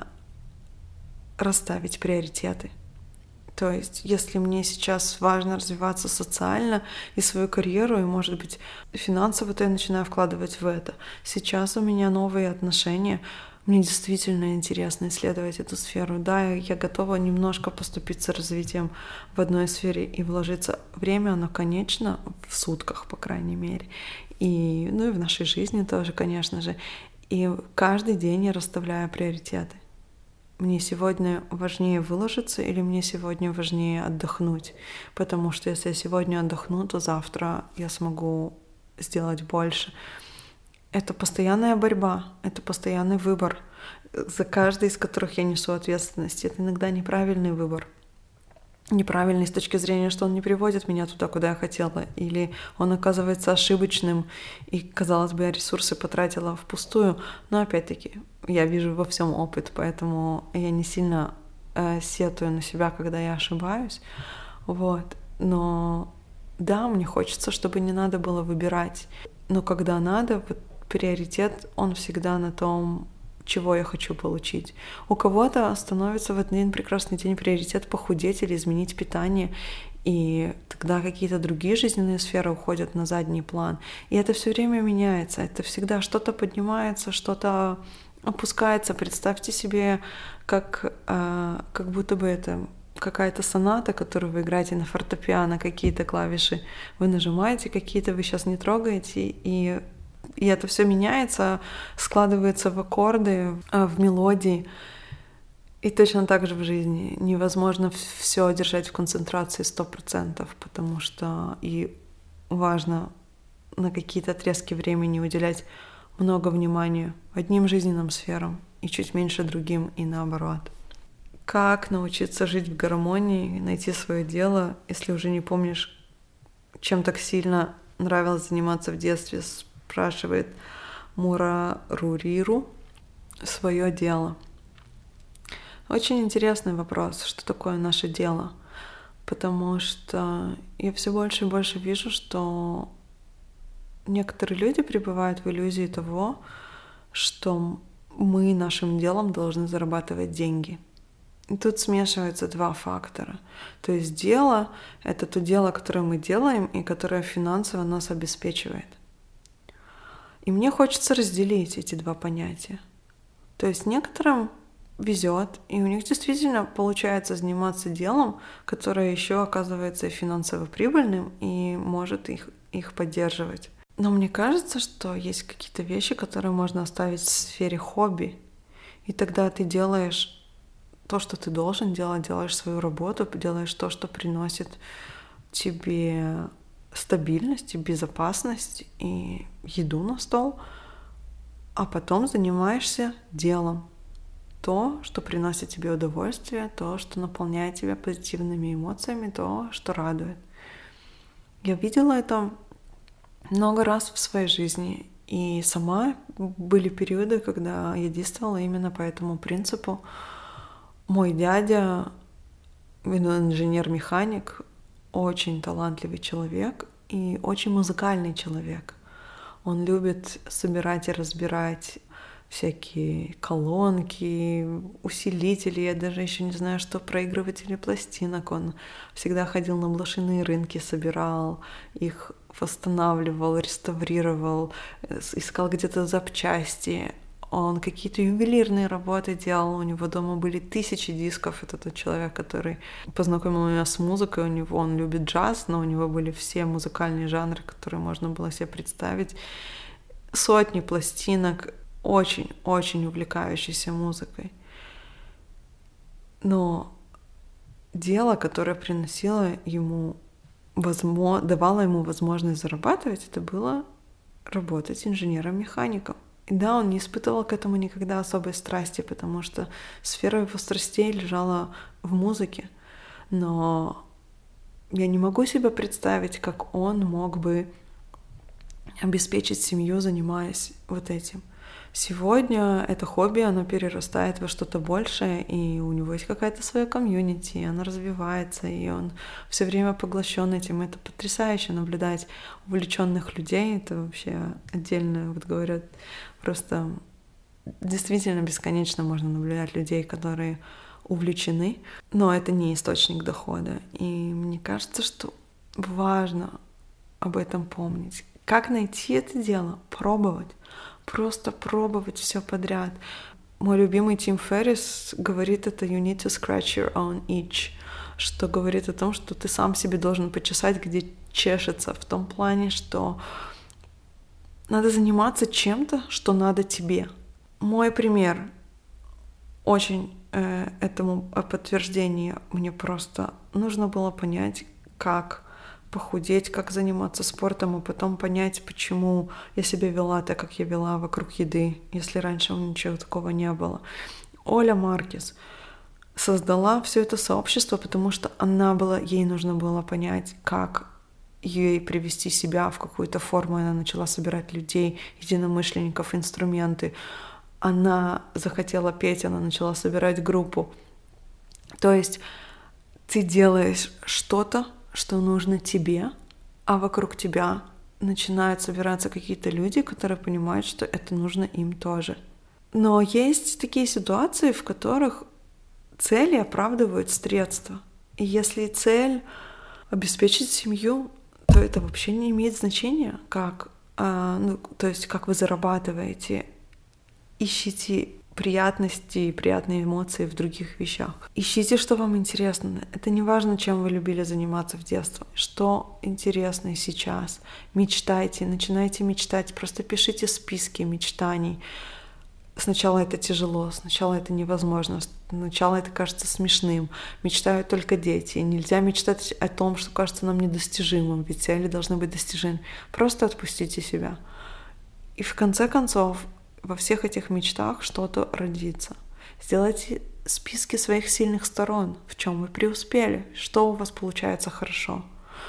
Speaker 1: расставить приоритеты. То есть, если мне сейчас важно развиваться социально и свою карьеру, и, может быть, финансово, то я начинаю вкладывать в это. Сейчас у меня новые отношения. Мне действительно интересно исследовать эту сферу. Да, я готова немножко поступиться развитием в одной сфере и вложиться. Время, оно конечно, в сутках, по крайней мере. И, ну и в нашей жизни тоже, конечно же. И каждый день я расставляю приоритеты. Мне сегодня важнее выложиться или мне сегодня важнее отдохнуть? Потому что если я сегодня отдохну, то завтра я смогу сделать больше. Это постоянная борьба, это постоянный выбор, за каждый из которых я несу ответственность. Это иногда неправильный выбор. Неправильный с точки зрения, что он не приводит меня туда, куда я хотела, или он оказывается ошибочным, и, казалось бы, я ресурсы потратила впустую. Но опять-таки, я вижу во всем опыт, поэтому я не сильно э, сетую на себя, когда я ошибаюсь. Вот. Но да, мне хочется, чтобы не надо было выбирать. Но когда надо, вот приоритет, он всегда на том, чего я хочу получить. У кого-то становится в один прекрасный день приоритет похудеть или изменить питание, и тогда какие-то другие жизненные сферы уходят на задний план. И это все время меняется, это всегда что-то поднимается, что-то опускается. Представьте себе, как, как будто бы это какая-то соната, которую вы играете на фортепиано, какие-то клавиши вы нажимаете, какие-то вы сейчас не трогаете, и И это все меняется, складывается в аккорды, в мелодии. И точно так же в жизни. Невозможно все держать в концентрации сто процентов, потому что и важно на какие-то отрезки времени уделять много внимания одним жизненным сферам и чуть меньше другим, и наоборот. Как научиться жить в гармонии, найти свое дело, если уже не помнишь, чем так сильно нравилось заниматься в детстве, спрашивает Мура Руриру, свое дело. Очень интересный вопрос, что такое наше дело, потому что я все больше и больше вижу, что некоторые люди пребывают в иллюзии того, что мы нашим делом должны зарабатывать деньги. И тут смешиваются два фактора. То есть дело — это то дело, которое мы делаем и которое финансово нас обеспечивает. И мне хочется разделить эти два понятия. То есть некоторым везет, и у них действительно получается заниматься делом, которое еще оказывается финансово прибыльным и может их, их поддерживать. Но мне кажется, что есть какие-то вещи, которые можно оставить в сфере хобби, и тогда ты делаешь то, что ты должен делать, делаешь свою работу, делаешь то, что приносит тебе стабильность, и безопасность и еду на стол, а потом занимаешься делом. То, что приносит тебе удовольствие, то, что наполняет тебя позитивными эмоциями, то, что радует. Я видела это много раз в своей жизни, и сама были периоды, когда я действовала именно по этому принципу. Мой дядя, инженер-механик, очень талантливый человек и очень музыкальный человек. Он любит собирать и разбирать всякие колонки, усилители, я даже еще не знаю, что, проигрыватели пластинок. Он всегда ходил на блошиные рынки, собирал их, восстанавливал, реставрировал, искал где-то запчасти. Он какие-то ювелирные работы делал, у него дома были тысячи дисков. Это тот человек, который познакомил меня с музыкой. У него, он любит джаз, но у него были все музыкальные жанры, которые можно было себе представить. Сотни пластинок, очень-очень увлекающийся музыкой. Но дело, которое приносило ему, возможно, давало ему возможность зарабатывать, это было работать инженером-механиком. И да, он не испытывал к этому никогда особой страсти, потому что сфера его страстей лежала в музыке. Но я не могу себе представить, как он мог бы обеспечить семью, занимаясь вот этим. Сегодня это хобби, оно перерастает во что-то большее, и у него есть какая-то своя комьюнити, и она развивается, и он все время поглощен этим. Это потрясающе наблюдать увлеченных людей. Это вообще отдельно, вот говорят, просто действительно бесконечно можно наблюдать людей, которые увлечены, но это не источник дохода. И мне кажется, что важно об этом помнить. Как найти это дело? Пробовать. Просто пробовать все подряд. Мой любимый Тим Феррис говорит это «you need to scratch your own itch», что говорит о том, что ты сам себе должен почесать, где чешется, в том плане, что надо заниматься чем-то, что надо тебе. Мой пример очень э, этому подтверждение. Мне просто нужно было понять, как похудеть, как заниматься спортом, и потом понять, почему я себя вела так, как я вела вокруг еды, если раньше у меня ничего такого не было. Оля Маркес создала все это сообщество, потому что она была, ей нужно было понять, как ей привести себя в какую-то форму. Она начала собирать людей, единомышленников, инструменты. Она захотела петь, она начала собирать группу. То есть ты делаешь что-то, что нужно тебе, а вокруг тебя начинают собираться какие-то люди, которые понимают, что это нужно им тоже. Но есть такие ситуации, в которых цели оправдывают средства. И если цель обеспечить семью, то это вообще не имеет значения, как, а, ну, то есть как вы зарабатываете. Ищите приятности и приятные эмоции в других вещах. Ищите, что вам интересно. Это не важно, чем вы любили заниматься в детстве. Что интересно сейчас. Мечтайте, начинайте мечтать. Просто пишите списки мечтаний. Сначала это тяжело, сначала это невозможно, сначала это кажется смешным. Мечтают только дети. Нельзя мечтать о том, что кажется нам недостижимым, ведь цели должны быть достижимы. Просто отпустите себя. И в конце концов, во всех этих мечтах что-то родится. Сделайте списки своих сильных сторон, в чем вы преуспели, что у вас получается хорошо,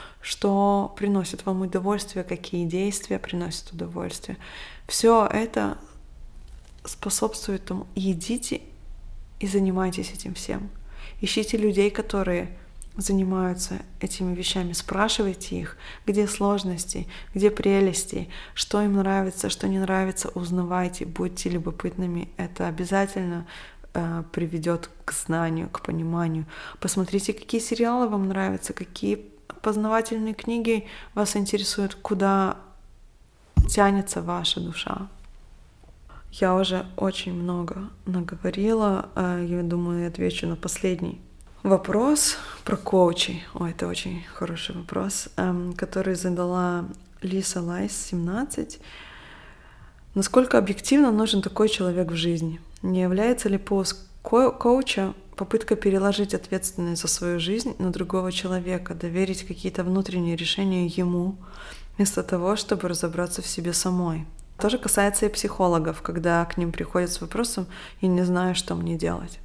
Speaker 1: что приносит вам удовольствие, какие действия приносят удовольствие. Все это способствует тому. Идите и занимайтесь этим всем. Ищите людей, которые занимаются этими вещами, спрашивайте их, где сложности, где прелести, что им нравится, что не нравится, узнавайте, будьте любопытными. Это обязательно э, приведет к знанию, к пониманию. Посмотрите, какие сериалы вам нравятся, какие познавательные книги вас интересуют, куда тянется ваша душа. Я уже очень много наговорила, я думаю, я отвечу на последний вопрос про коучей. Ой, это очень хороший вопрос, который задала Лиса Лайс, семнадцать. Насколько объективно нужен такой человек в жизни? Не является ли поиск ко- коуча попытка переложить ответственность за свою жизнь на другого человека, доверить какие-то внутренние решения ему, вместо того, чтобы разобраться в себе самой? Тоже касается и психологов, когда к ним приходят с вопросом «я не знаю, что мне делать».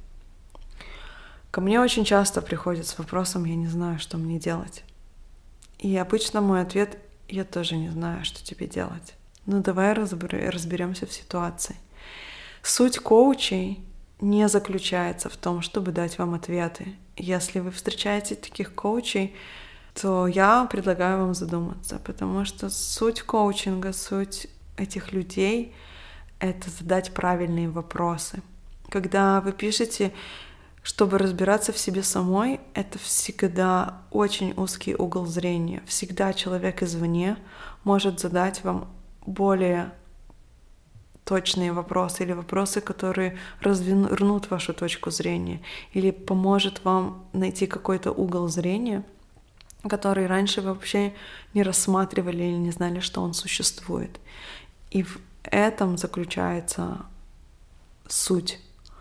Speaker 1: Ко мне очень часто приходят с вопросом «я не знаю, что мне делать». И обычно мой ответ «я тоже не знаю, что тебе делать». Ну давай разберемся в ситуации. Суть коучей не заключается в том, чтобы дать вам ответы. Если вы встречаете таких коучей, то я предлагаю вам задуматься, потому что суть коучинга, суть этих людей — это задать правильные вопросы. Когда вы пишете, чтобы разбираться в себе самой, это всегда очень узкий угол зрения. Всегда человек извне может задать вам более точные вопросы или вопросы, которые развернут вашу точку зрения или поможет вам найти какой-то угол зрения, который раньше вы вообще не рассматривали или не знали, что он существует. И в этом заключается суть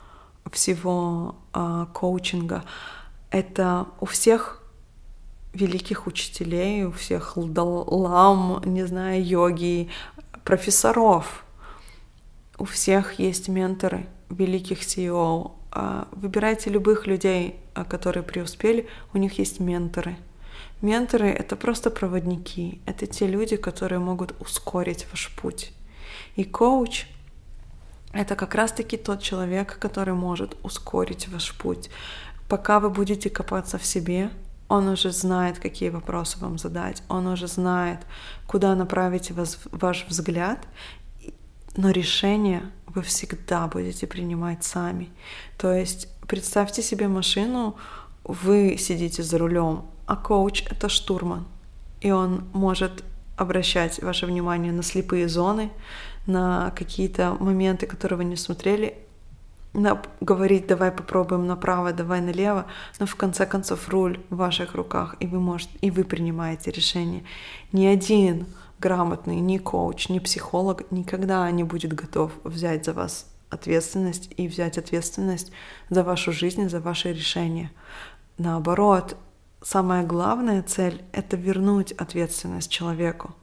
Speaker 1: всего э, коучинга. Это у всех великих учителей, у всех лам, не знаю, йоги, профессоров, у всех есть менторы, великих си и о. Выбирайте любых людей, которые преуспели, у них есть менторы. Менторы — это просто проводники, это те люди, которые могут ускорить ваш путь. И коуч — это как раз-таки тот человек, который может ускорить ваш путь. Пока вы будете копаться в себе, он уже знает, какие вопросы вам задать, он уже знает, куда направить вас, ваш взгляд, но решение вы всегда будете принимать сами. То есть представьте себе машину, вы сидите за рулем, а коуч — это штурман, и он может обращать ваше внимание на слепые зоны, на какие-то моменты, которые вы не смотрели, на, говорить «давай попробуем направо, давай налево», но в конце концов руль в ваших руках, и вы, можете, и вы принимаете решение. Ни один грамотный, ни коуч, ни психолог никогда не будет готов взять за вас ответственность и взять ответственность за вашу жизнь, за ваши решения. Наоборот, самая главная цель — это вернуть ответственность человеку,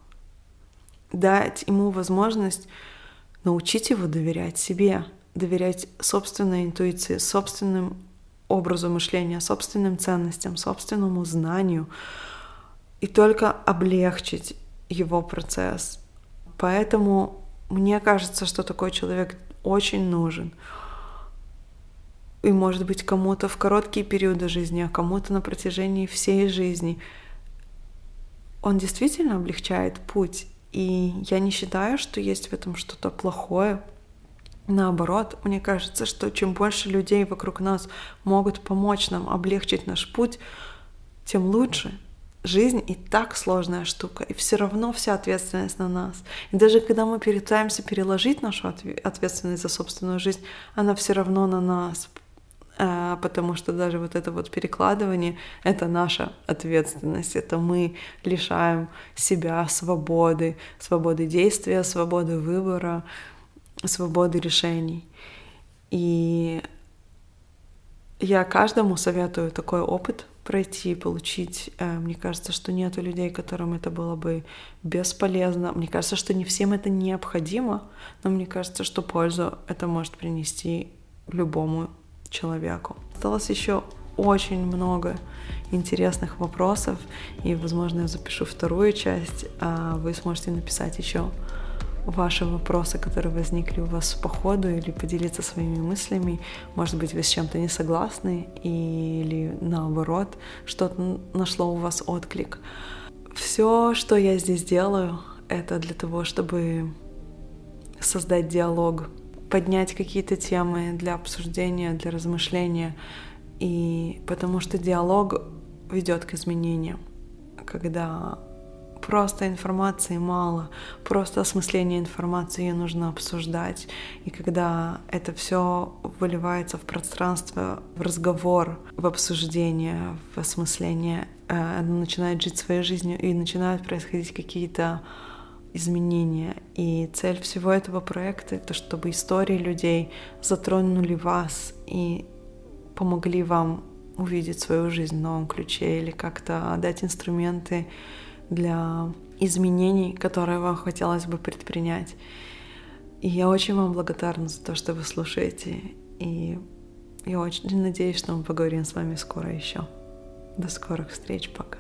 Speaker 1: дать ему возможность научить его доверять себе, доверять собственной интуиции, собственным образу мышления, собственным ценностям, собственному знанию, и только облегчить его процесс. Поэтому мне кажется, что такой человек очень нужен. И, может быть, кому-то в короткие периоды жизни, а кому-то на протяжении всей жизни. Он действительно облегчает путь. И я не считаю, что есть в этом что-то плохое. Наоборот, мне кажется, что чем больше людей вокруг нас могут помочь нам облегчить наш путь, тем лучше. Жизнь и так сложная штука, и все равно вся ответственность на нас. И даже когда мы пытаемся переложить нашу ответственность за собственную жизнь, она все равно на нас, потому что даже вот это вот перекладывание — это наша ответственность, это мы лишаем себя свободы, свободы действия, свободы выбора, свободы решений. И я каждому советую такой опыт пройти, получить. Мне кажется, что нету людей, которым это было бы бесполезно. Мне кажется, что не всем это необходимо, но мне кажется, что пользу это может принести любому человеку. Осталось еще очень много интересных вопросов, и, возможно, я запишу вторую часть, а вы сможете написать еще ваши вопросы, которые возникли у вас по ходу, или поделиться своими мыслями. Может быть, вы с чем-то не согласны, или наоборот, что-то нашло у вас отклик. Все, что я здесь делаю, это для того, чтобы создать диалог, поднять какие-то темы для обсуждения, для размышления, и потому что диалог ведет к изменениям. Когда просто информации мало, просто осмысление информации, ее нужно обсуждать. И когда это все выливается в пространство, в разговор, в обсуждение, в осмысление, оно начинает жить своей жизнью, и начинают происходить какие-то изменения. И цель всего этого проекта — это чтобы истории людей затронули вас и помогли вам увидеть свою жизнь в новом ключе или как-то дать инструменты для изменений, которые вам хотелось бы предпринять. И я очень вам благодарна за то, что вы слушаете. И я очень надеюсь, что мы поговорим с вами скоро еще. До скорых встреч. Пока.